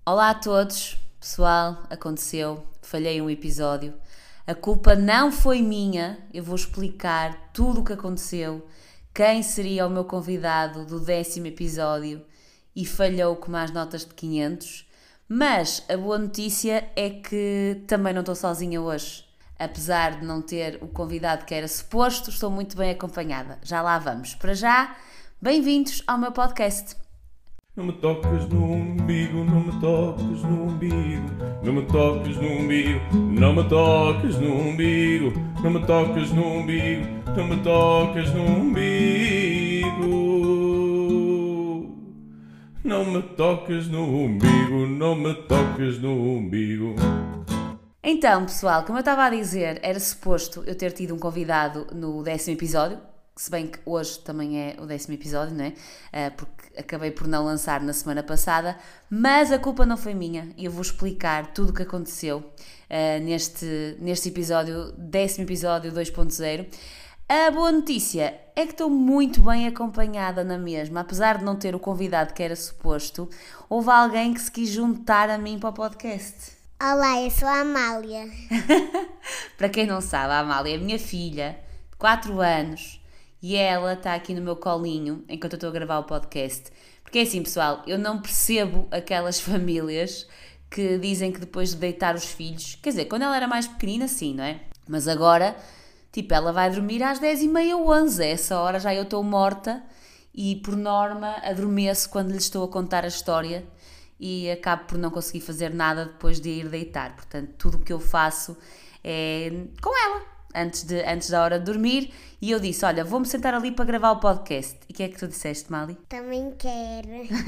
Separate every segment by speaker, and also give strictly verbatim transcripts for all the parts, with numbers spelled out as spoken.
Speaker 1: Olá a todos, pessoal, aconteceu, falhei um episódio. A culpa não foi minha, eu vou explicar tudo o que aconteceu, quem seria o meu convidado do décimo episódio e falhou com mais notas de quinhentos. Mas a boa notícia é que também não estou sozinha hoje. Apesar de não ter o convidado que era suposto, estou muito bem acompanhada. Já lá vamos. Para já, bem-vindos ao meu podcast.
Speaker 2: Não me toques no umbigo, não me toques no umbigo, não me toques no umbigo, não me toques no umbigo, não me toques no umbigo, não me toques no umbigo. Não me toques no umbigo, não me toques no umbigo.
Speaker 1: Então, pessoal, como eu estava a dizer, era suposto eu ter tido um convidado no décimo episódio, se bem que hoje também é o décimo episódio, não é? Uh, porque acabei por não lançar na semana passada, mas a culpa não foi minha e eu vou explicar tudo o que aconteceu uh, neste, neste episódio, décimo episódio dois ponto zero. A boa notícia é que estou muito bem acompanhada na mesma, apesar de não ter o convidado que era suposto, houve alguém que se quis juntar a mim para o podcast.
Speaker 3: Olá, eu sou a Amália.
Speaker 1: Para quem não sabe, a Amália é a minha filha, de quatro anos, e ela está aqui no meu colinho enquanto eu estou a gravar o podcast. Porque é assim, pessoal, eu não percebo aquelas famílias que dizem que depois de deitar os filhos, quer dizer, quando ela era mais pequenina, sim, não é? Mas agora, tipo, ela vai dormir às dez e meia ou onze, essa hora já eu estou morta e, por norma, adormeço quando lhe estou a contar a história e acabo por não conseguir fazer nada depois de ir deitar. Portanto, tudo o que eu faço é com ela, antes, de, antes da hora de dormir. E eu disse, olha, vou-me sentar ali para gravar o podcast. E o que é que tu disseste, Mali?
Speaker 3: Também quero.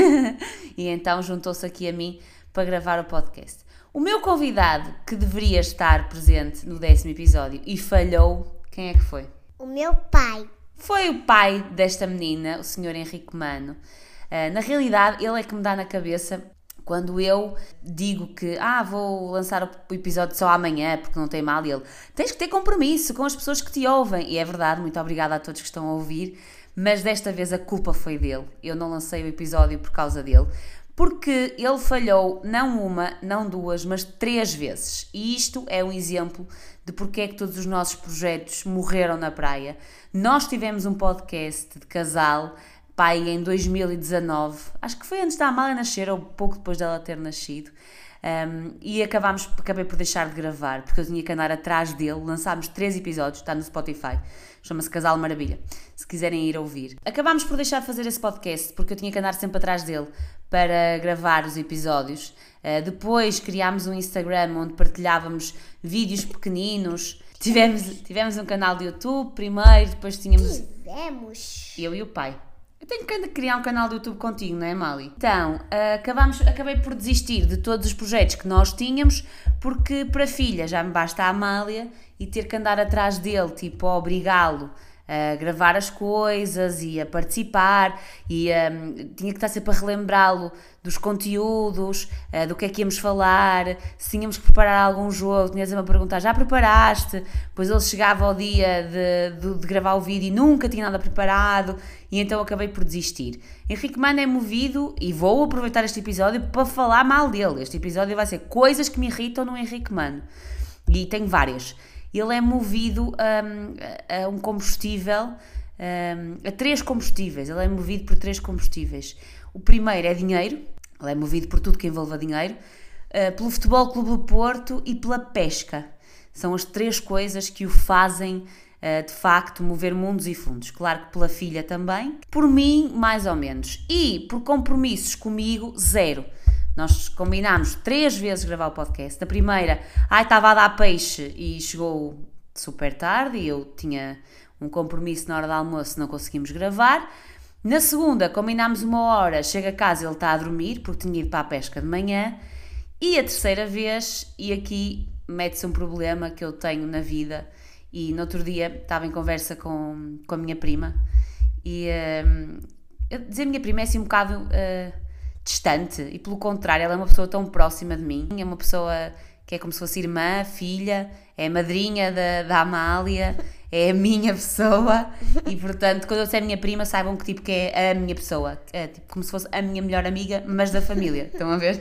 Speaker 1: E então juntou-se aqui a mim para gravar o podcast. O meu convidado, que deveria estar presente no décimo episódio e falhou, quem é que foi?
Speaker 3: O meu pai.
Speaker 1: Foi o pai desta menina, o senhor Henrique Mano. Uh, na realidade, ele é que me dá na cabeça quando eu digo que ah, vou lançar o episódio só amanhã porque não tem mal, e ele, tens que ter compromisso com as pessoas que te ouvem. E é verdade, muito obrigada a todos que estão a ouvir, mas desta vez a culpa foi dele. Eu não lancei o episódio por causa dele, porque ele falhou não uma, não duas, mas três vezes. E isto é um exemplo de porque é que todos os nossos projetos morreram na praia. Nós tivemos um podcast de casal, pai, em dois mil e dezanove, acho que foi antes da Amália nascer ou pouco depois dela ter nascido, um, e acabámos, acabei por deixar de gravar porque eu tinha que andar atrás dele. Lançámos três episódios, está no Spotify, chama-se Casal Maravilha, se quiserem ir ouvir. Acabámos por deixar de fazer esse podcast porque eu tinha que andar sempre atrás dele para gravar os episódios. Uh, depois criámos um Instagram onde partilhávamos vídeos pequeninos, tivemos, tivemos um canal de YouTube primeiro, depois tínhamos...
Speaker 3: Tivemos.
Speaker 1: Eu e o pai. Eu tenho que criar um canal do YouTube contigo, não é, Mali? Então, acabamos, acabei por desistir de todos os projetos que nós tínhamos, porque para a filha já me basta a Amália e ter que andar atrás dele, tipo, a obrigá-lo a gravar as coisas e a participar, e um, tinha que estar sempre a relembrá-lo dos conteúdos, uh, do que é que íamos falar, se tínhamos que preparar algum jogo, tinha sempre a perguntar, já preparaste? Pois ele chegava ao dia de, de, de gravar o vídeo e nunca tinha nada preparado, e então acabei por desistir. Henrique Mano é movido, e vou aproveitar este episódio para falar mal dele. Este episódio vai ser coisas que me irritam no Henrique Mano, e tenho várias. Ele é movido um, a um combustível, um, a três combustíveis. Ele é movido por três combustíveis. O primeiro é dinheiro. Ele é movido por tudo que envolva dinheiro. Uh, pelo Futebol Clube do Porto e pela pesca. São as três coisas que o fazem, uh, de facto, mover mundos e fundos. Claro que pela filha também. Por mim, mais ou menos. E por compromissos comigo, zero. Nós combinámos três vezes gravar o podcast. Na primeira, ai, estava a dar peixe e chegou super tarde e eu tinha um compromisso na hora do almoço, não conseguimos gravar. Na segunda, combinámos uma hora, chega a casa e ele está a dormir porque tinha ido para a pesca de manhã. E a terceira vez, e aqui mete-se um problema que eu tenho na vida, e no outro dia estava em conversa com, com a minha prima e uh, dizer minha prima é assim um bocado... Uh, distante, e pelo contrário, ela é uma pessoa tão próxima de mim, é uma pessoa que é como se fosse irmã, filha, é madrinha da, da Amália, é a minha pessoa e, portanto, quando eu disser a minha prima, saibam que tipo que é a minha pessoa. É tipo como se fosse a minha melhor amiga, mas da família. Estão a ver?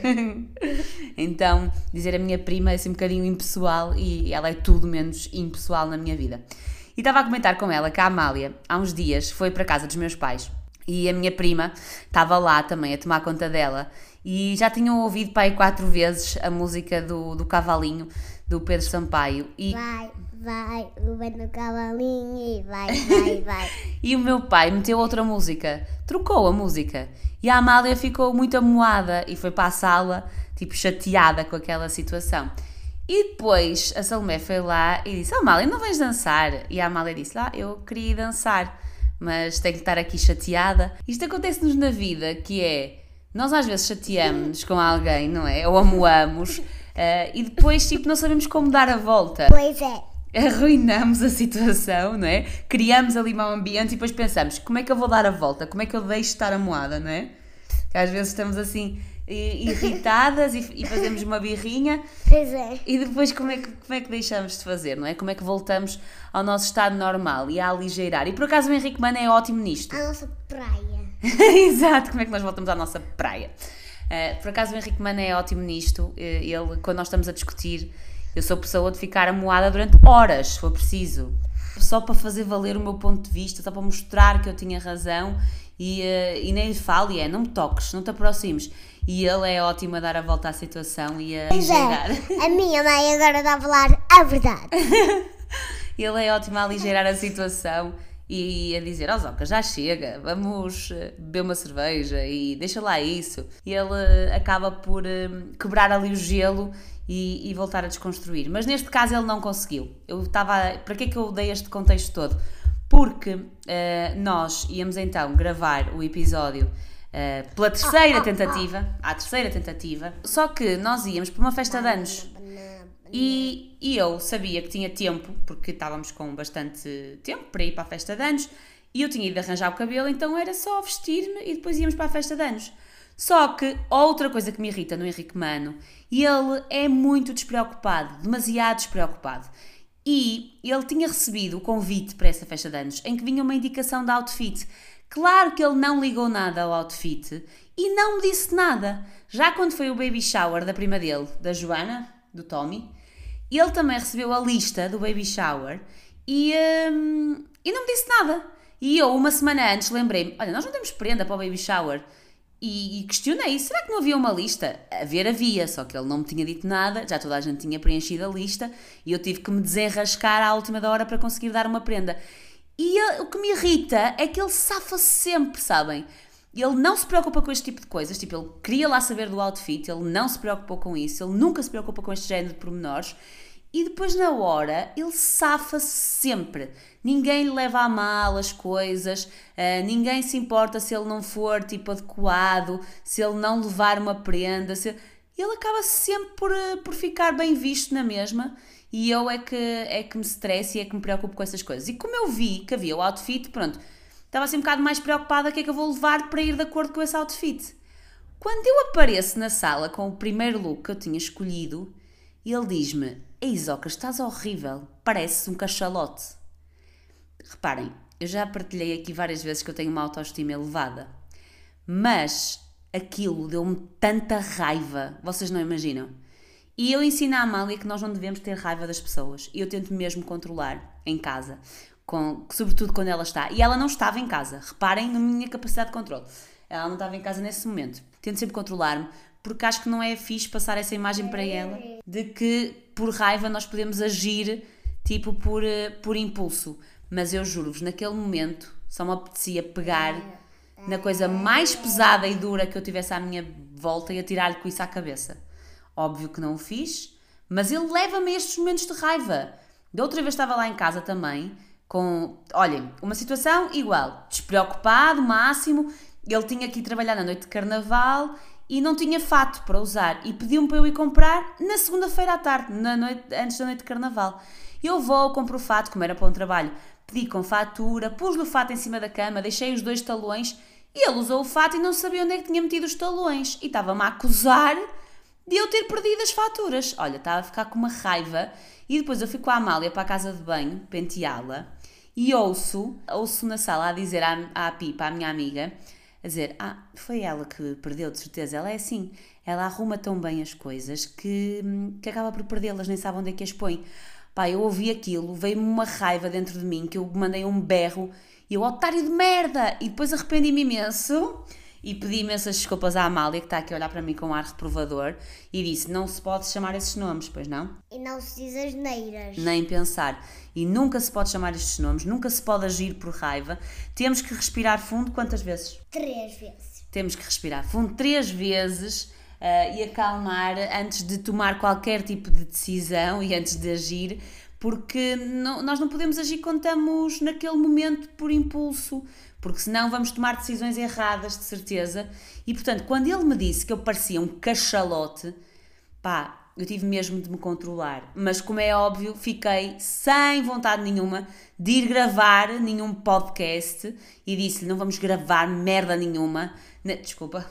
Speaker 1: Então, dizer a minha prima é assim um bocadinho impessoal e ela é tudo menos impessoal na minha vida. E estava a comentar com ela que a Amália, há uns dias, foi para a casa dos meus pais e a minha prima estava lá também a tomar conta dela e já tinham ouvido para aí quatro vezes a música do, do Cavalinho, do Pedro Sampaio. E...
Speaker 3: Vai, vai, o vento no cavalinho e vai, vai, vai.
Speaker 1: E o meu pai meteu outra música, trocou a música. E a Amália ficou muito amoada e foi para a sala, tipo, chateada com aquela situação. E depois a Salomé foi lá e disse: oh, Amália, não vais dançar? E a Amália disse: ah, eu queria ir dançar, mas tenho que estar aqui chateada. Isto acontece-nos na vida, que é, nós às vezes chateamos-nos com alguém, não é? Ou amoamos, uh, e depois, tipo, não sabemos como dar a volta.
Speaker 3: Pois é.
Speaker 1: Arruinamos a situação, não é? Criamos ali mau ambiente e depois pensamos: como é que eu vou dar a volta? Como é que eu deixo de estar amoada, não é? Que às vezes estamos assim irritadas e, e fazemos uma birrinha.
Speaker 3: Pois é.
Speaker 1: E depois como é, que, como é que deixamos de fazer, não é? Como é que voltamos ao nosso estado normal e a aligeirar? E por acaso o Henrique Mano é ótimo nisto.
Speaker 3: A nossa praia.
Speaker 1: Exato, como é que nós voltamos à nossa praia? Uh, por acaso o Henrique Mano é ótimo nisto. Ele, quando nós estamos a discutir, eu sou pessoa de ficar amoada durante horas, se for preciso. Só para fazer valer o meu ponto de vista, só para mostrar que eu tinha razão e, uh, e nem lhe falo, e é, não me toques, não te aproximes. E ele é ótimo a dar a volta à situação e a
Speaker 3: Pois
Speaker 1: aligeirar.
Speaker 3: é, a minha mãe agora está a falar a verdade.
Speaker 1: Ele é ótimo a aligeirar a situação e a dizer: ó Zoca, já chega, vamos beber uma cerveja e deixa lá isso. E ele acaba por um, quebrar ali o gelo e, e voltar a desconstruir. Mas neste caso ele não conseguiu. Eu estava... Para que é que eu dei este contexto todo? Porque uh, nós íamos então gravar o episódio uh, pela terceira tentativa, à terceira tentativa, só que nós íamos para uma festa de anos. E, e eu sabia que tinha tempo, porque estávamos com bastante tempo para ir para a festa de anos, e eu tinha ido arranjar o cabelo, então era só vestir-me e depois íamos para a festa de anos. Só que outra coisa que me irrita no Henrique Mano, ele é muito despreocupado, demasiado despreocupado. E ele tinha recebido o convite para essa festa de anos, em que vinha uma indicação de outfit. Claro que ele não ligou nada ao outfit e não me disse nada. Já quando foi o baby shower da prima dele, da Joana, do Tommy, ele também recebeu a lista do baby shower e, hum, e não me disse nada. E eu, uma semana antes, lembrei-me: olha, nós não temos prenda para o baby shower. E, e questionei: será que não havia uma lista? Haver havia, só que ele não me tinha dito nada, já toda a gente tinha preenchido a lista e eu tive que me desenrascar à última da hora para conseguir dar uma prenda. E ele, o que me irrita é que ele safa-se sempre, sabem? Ele não se preocupa com este tipo de coisas, tipo, ele queria lá saber do outfit, ele não se preocupou com isso, ele nunca se preocupa com este género de pormenores e depois na hora ele safa-se sempre. Ninguém lhe leva a mal as coisas, uh, ninguém se importa se ele não for tipo adequado, se ele não levar uma prenda, se... ele acaba sempre por, por ficar bem visto na mesma. E eu é que, é que me estresso e é que me preocupo com essas coisas. E como eu vi que havia o outfit, pronto, estava assim um bocado mais preocupada o que é que eu vou levar para ir de acordo com esse outfit. Quando eu apareço na sala com o primeiro look que eu tinha escolhido, ele diz-me: ei Zoca, estás horrível, pareces um cachalote. Reparem, eu já partilhei aqui várias vezes que eu tenho uma autoestima elevada, mas aquilo deu-me tanta raiva, vocês não imaginam. E eu ensino à Amália que nós não devemos ter raiva das pessoas. E eu tento mesmo controlar em casa, com, sobretudo quando ela está. E ela não estava em casa. Reparem na minha capacidade de controle. Ela não estava em casa nesse momento. Tento sempre controlar-me, porque acho que não é fixe passar essa imagem para ela de que por raiva nós podemos agir tipo por, por impulso. Mas eu juro-vos, naquele momento só me apetecia pegar na coisa mais pesada e dura que eu tivesse à minha volta e atirar-lhe com isso à cabeça. Óbvio que não o fiz, mas ele leva-me a estes momentos de raiva. Da outra vez estava lá em casa também, com, olhem, uma situação igual, despreocupado, máximo, ele tinha que ir trabalhar na noite de carnaval e não tinha fato para usar e pediu-me para eu ir comprar na segunda-feira à tarde, na noite, antes da noite de carnaval. Eu vou, compro o fato, como era para um trabalho, pedi com fatura, pus-lhe o fato em cima da cama, deixei os dois talões e ele usou o fato e não sabia onde é que tinha metido os talões e estava-me a acusar de eu ter perdido as faturas. Olha, estava a ficar com uma raiva. E depois eu fui com a Amália para a casa de banho, penteá-la, e ouço, ouço na sala a dizer à, à Pipa, à minha amiga, a dizer, ah, foi ela que perdeu, de certeza. Ela é assim, ela arruma tão bem as coisas que, que acaba por perdê-las, nem sabe onde é que as põe. Pá, eu ouvi aquilo, veio-me uma raiva dentro de mim, que eu mandei um berro, e eu, otário de merda! E depois arrependi-me imenso, e pedi imensas desculpas à Amália, que está aqui a olhar para mim com um ar reprovador, e disse, não se pode chamar esses nomes, pois não?
Speaker 3: E não se diz as neiras.
Speaker 1: Nem pensar. E nunca se pode chamar estes nomes, nunca se pode agir por raiva. Temos que respirar fundo quantas vezes?
Speaker 3: Três vezes.
Speaker 1: Temos que respirar fundo três vezes uh, e acalmar antes de tomar qualquer tipo de decisão e antes de agir, porque não, nós não podemos agir quando estamos naquele momento por impulso, porque senão vamos tomar decisões erradas, de certeza. E, portanto, quando ele me disse que eu parecia um cachalote, pá, eu tive mesmo de me controlar. Mas, como é óbvio, fiquei sem vontade nenhuma de ir gravar nenhum podcast e disse-lhe, não vamos gravar merda nenhuma. Desculpa.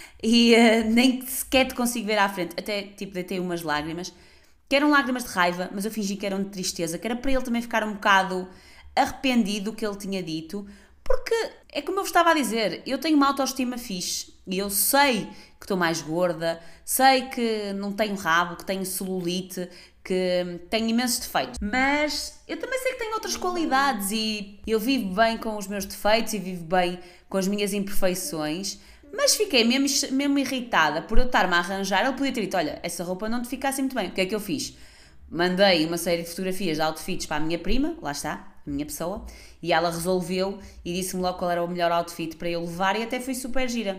Speaker 1: E uh, nem sequer te consigo ver à frente. Até, tipo, deitei umas lágrimas, que eram lágrimas de raiva, mas eu fingi que eram de tristeza, que era para ele também ficar um bocado arrependido do que ele tinha dito, porque é como eu vos estava a dizer, eu tenho uma autoestima fixe e eu sei que estou mais gorda, sei que não tenho rabo, que tenho celulite, que tenho imensos defeitos, mas eu também sei que tenho outras qualidades e eu vivo bem com os meus defeitos e vivo bem com as minhas imperfeições. Mas fiquei mesmo, mesmo irritada por eu estar-me a arranjar. Ele podia ter dito, olha, essa roupa não te fica assim muito bem. O que é que eu fiz? Mandei uma série de fotografias de outfits para a minha prima, lá está, a minha pessoa, e ela resolveu e disse-me logo qual era o melhor outfit para eu levar e até foi super gira.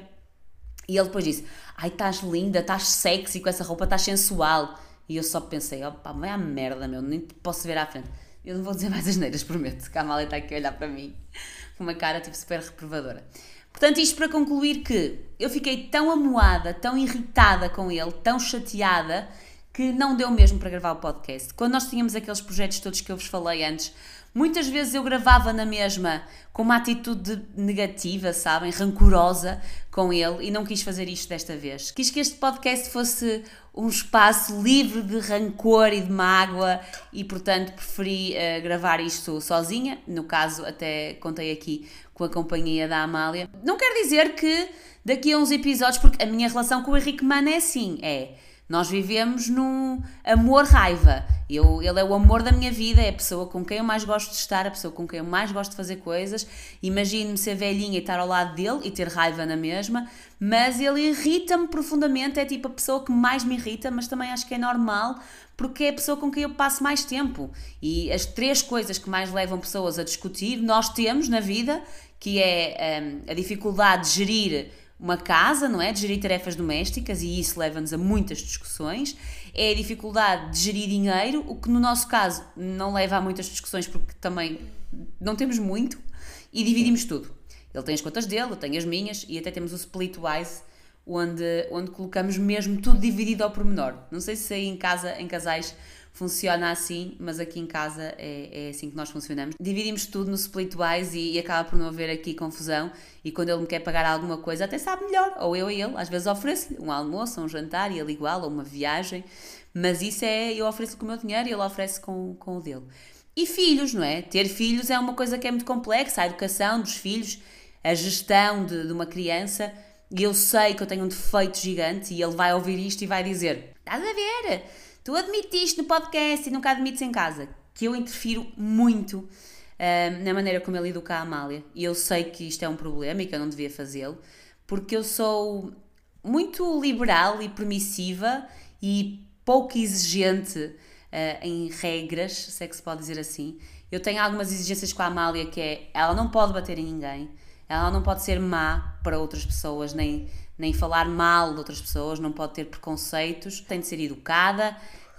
Speaker 1: E ele depois disse, ai, estás linda, estás sexy com essa roupa, estás sensual. E eu só pensei, opá, vai à merda, meu, nem te posso ver à frente. Eu não vou dizer mais asneiras, prometo, que a Amália está aqui a olhar para mim com uma cara tipo super reprovadora. Portanto, isto para concluir que eu fiquei tão amuada, tão irritada com ele, tão chateada, que não deu mesmo para gravar o podcast. Quando nós tínhamos aqueles projetos todos que eu vos falei antes, muitas vezes eu gravava na mesma com uma atitude negativa, sabem, rancorosa com ele e não quis fazer isto desta vez. Quis que este podcast fosse um espaço livre de rancor e de mágoa e, portanto, preferi uh, gravar isto sozinha. No caso, até contei aqui com a companhia da Amália. Não quer dizer que daqui a uns episódios, porque a minha relação com o Henrique Mano é assim, é... Nós vivemos num amor-raiva. Eu, ele é o amor da minha vida, é a pessoa com quem eu mais gosto de estar, a pessoa com quem eu mais gosto de fazer coisas. Imagino-me ser velhinha e estar ao lado dele e ter raiva na mesma, mas ele irrita-me profundamente, é tipo a pessoa que mais me irrita, mas também acho que é normal, porque é a pessoa com quem eu passo mais tempo. E as três coisas que mais levam pessoas a discutir, nós temos na vida, que é um, a dificuldade de gerir uma casa, não é? De gerir tarefas domésticas, e isso leva-nos a muitas discussões. É a dificuldade de gerir dinheiro, o que no nosso caso não leva a muitas discussões porque também não temos muito, e dividimos tudo. Ele tem as contas dele, eu tenho as minhas, e até temos o Splitwise, onde, onde colocamos mesmo tudo dividido ao pormenor. Não sei se aí em casa, em casais, funciona assim, mas aqui em casa é, é assim que nós funcionamos. Dividimos tudo no Splitwise e, e acaba por não haver aqui confusão, e quando ele me quer pagar alguma coisa até sabe melhor, ou eu a ele, às vezes ofereço-lhe um almoço, um jantar e ele igual, ou uma viagem, mas isso é, eu ofereço com o meu dinheiro e ele oferece com, com o dele. E filhos, não é? Ter filhos é uma coisa que é muito complexa, a educação dos filhos, a gestão de, de uma criança, e eu sei que eu tenho um defeito gigante e ele vai ouvir isto e vai dizer, estás a ver? Tu admitiste no podcast e nunca admites em casa que eu interfiro muito uh, na maneira como ele educa a Amália. E eu sei que isto é um problema e que eu não devia fazê-lo, porque eu sou muito liberal e permissiva e pouco exigente uh, em regras, se é que se pode dizer assim. Eu tenho algumas exigências com a Amália, que é, ela não pode bater em ninguém, ela não pode ser má para outras pessoas, nem... nem falar mal de outras pessoas, não pode ter preconceitos, tem de ser educada,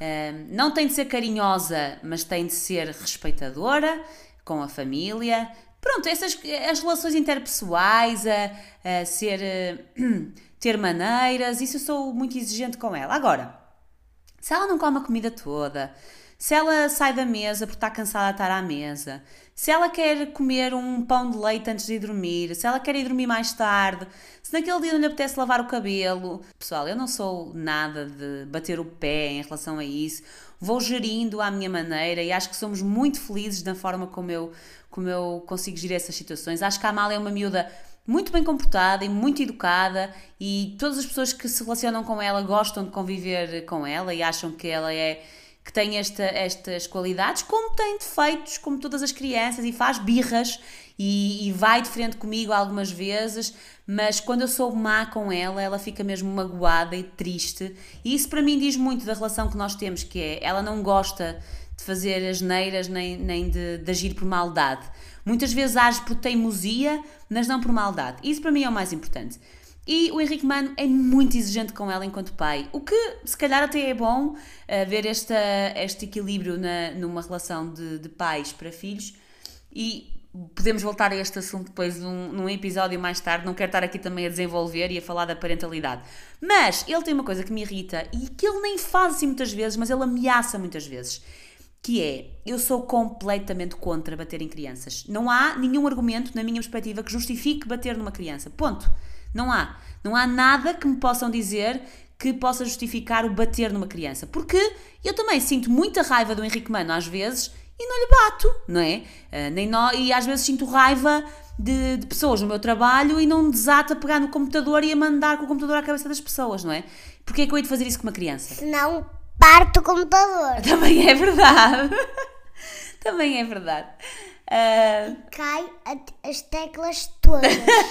Speaker 1: não tem de ser carinhosa, mas tem de ser respeitadora com a família. Pronto, essas as relações interpessoais, a, a ser, a, ter maneiras, isso eu sou muito exigente com ela. Agora, se ela não come a comida toda, se ela sai da mesa porque está cansada de estar à mesa, se ela quer comer um pão de leite antes de ir dormir, se ela quer ir dormir mais tarde, se naquele dia não lhe apetece lavar o cabelo. Pessoal, eu não sou nada de bater o pé em relação a isso, vou gerindo à minha maneira e acho que somos muito felizes na forma como eu, como eu consigo gerir essas situações. Acho que a Amália é uma miúda muito bem comportada e muito educada e todas as pessoas que se relacionam com ela gostam de conviver com ela e acham que ela é... que tem esta, estas qualidades, como tem defeitos, como todas as crianças, e faz birras e, e vai de frente comigo algumas vezes, mas quando eu sou má com ela, ela fica mesmo magoada e triste, e isso para mim diz muito da relação que nós temos, que é, ela não gosta de fazer asneiras nem, nem de, de agir por maldade. Muitas vezes age por teimosia, mas não por maldade. Isso para mim é o mais importante. E o Henrique Mano é muito exigente com ela enquanto pai, o que se calhar até é bom uh, ver esta, este equilíbrio na, numa relação de, de pais para filhos, e podemos voltar a este assunto depois num, num episódio mais tarde, não quero estar aqui também a desenvolver e a falar da parentalidade. Mas ele tem uma coisa que me irrita e que ele nem faz assim muitas vezes, mas ele ameaça muitas vezes, que é, eu sou completamente contra bater em crianças. Não há nenhum argumento, na minha perspectiva, que justifique bater numa criança. Ponto. Não há. Não há nada que me possam dizer que possa justificar o bater numa criança. Porque eu também sinto muita raiva do Henrique Mano às vezes e não lhe bato, não é? Uh, nem no... E às vezes sinto raiva de, de pessoas no meu trabalho e não desato a pegar no computador e a mandar com o computador à cabeça das pessoas, não é? Porquê é que eu hei de fazer isso com uma criança?
Speaker 3: Senão parte o computador.
Speaker 1: Também é verdade. Também é verdade. Uh...
Speaker 3: Cai a, as teclas todas.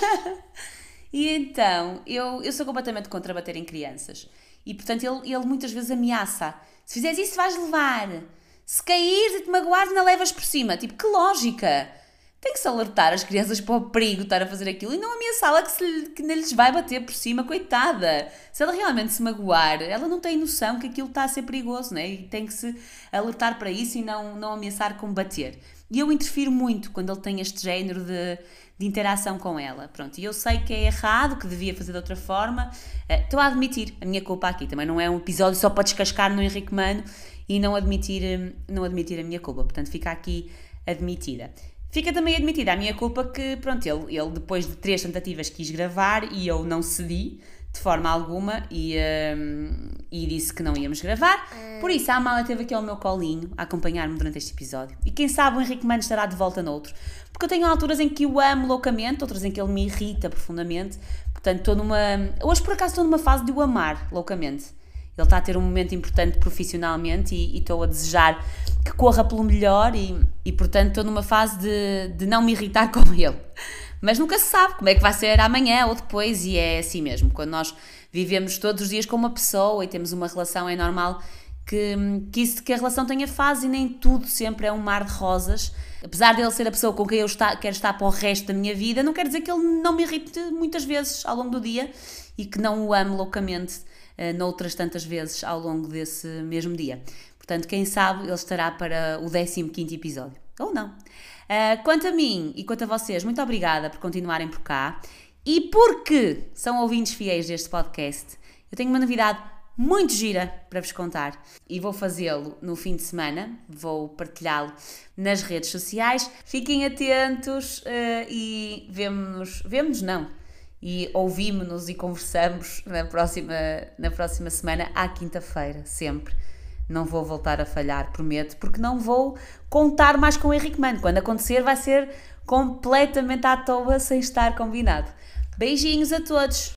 Speaker 1: E então, eu, eu sou completamente contra bater em crianças. E, portanto, ele, ele muitas vezes ameaça. Se fizeres isso, vais levar. Se caíres e te magoares, não levas por cima. Tipo, que lógica! Tem que se alertar as crianças para o perigo de estar a fazer aquilo e não ameaçá-la que, se, que nem lhes vai bater por cima, coitada. Se ela realmente se magoar, ela não tem noção que aquilo está a ser perigoso, né? E tem que se alertar para isso e não, não ameaçar com bater. E eu interfiro muito quando ele tem este género de, de interação com ela. Pronto, e eu sei que é errado, que devia fazer de outra forma. Uh, estou a admitir a minha culpa aqui. Também não é um episódio só para descascar no Henrique Mano e não admitir, não admitir a minha culpa. Portanto, fica aqui admitida. Fica também admitida a minha culpa que, pronto, ele, ele depois de três tentativas quis gravar e eu não cedi de forma alguma e, um, e disse que não íamos gravar. Por isso, a Amália esteve aqui ao meu colinho a acompanhar-me durante este episódio. E quem sabe o Henrique Mano estará de volta noutro. Porque eu tenho alturas em que o amo loucamente, outras em que ele me irrita profundamente. Portanto, estou numa... Hoje, por acaso, estou numa fase de o amar loucamente. Ele está a ter um momento importante profissionalmente e, e estou a desejar que corra pelo melhor e, e portanto, estou numa fase de, de não me irritar com ele. Mas nunca se sabe como é que vai ser amanhã ou depois, e é assim mesmo. Quando nós vivemos todos os dias com uma pessoa e temos uma relação, é normal que, que, isso, que a relação tenha fase e nem tudo sempre é um mar de rosas. Apesar dele ser a pessoa com quem eu está, quero estar para o resto da minha vida, não quer dizer que ele não me irrite muitas vezes ao longo do dia e que não o ame loucamente uh, noutras tantas vezes ao longo desse mesmo dia. Portanto, quem sabe ele estará para o décimo quinto episódio. Ou não. Uh, quanto a mim e quanto a vocês, muito obrigada por continuarem por cá. E porque são ouvintes fiéis deste podcast, eu tenho uma novidade muito gira para vos contar. E vou fazê-lo no fim de semana. Vou partilhá-lo nas redes sociais. Fiquem atentos uh, e vemo-nos... Vemo-nos, não. E ouvimos-nos e conversamos na próxima, na próxima semana, à quinta-feira, sempre. Não vou voltar a falhar, prometo, porque não vou contar mais com o Henrique Mano. Quando acontecer vai ser completamente à toa, sem estar combinado. Beijinhos a todos!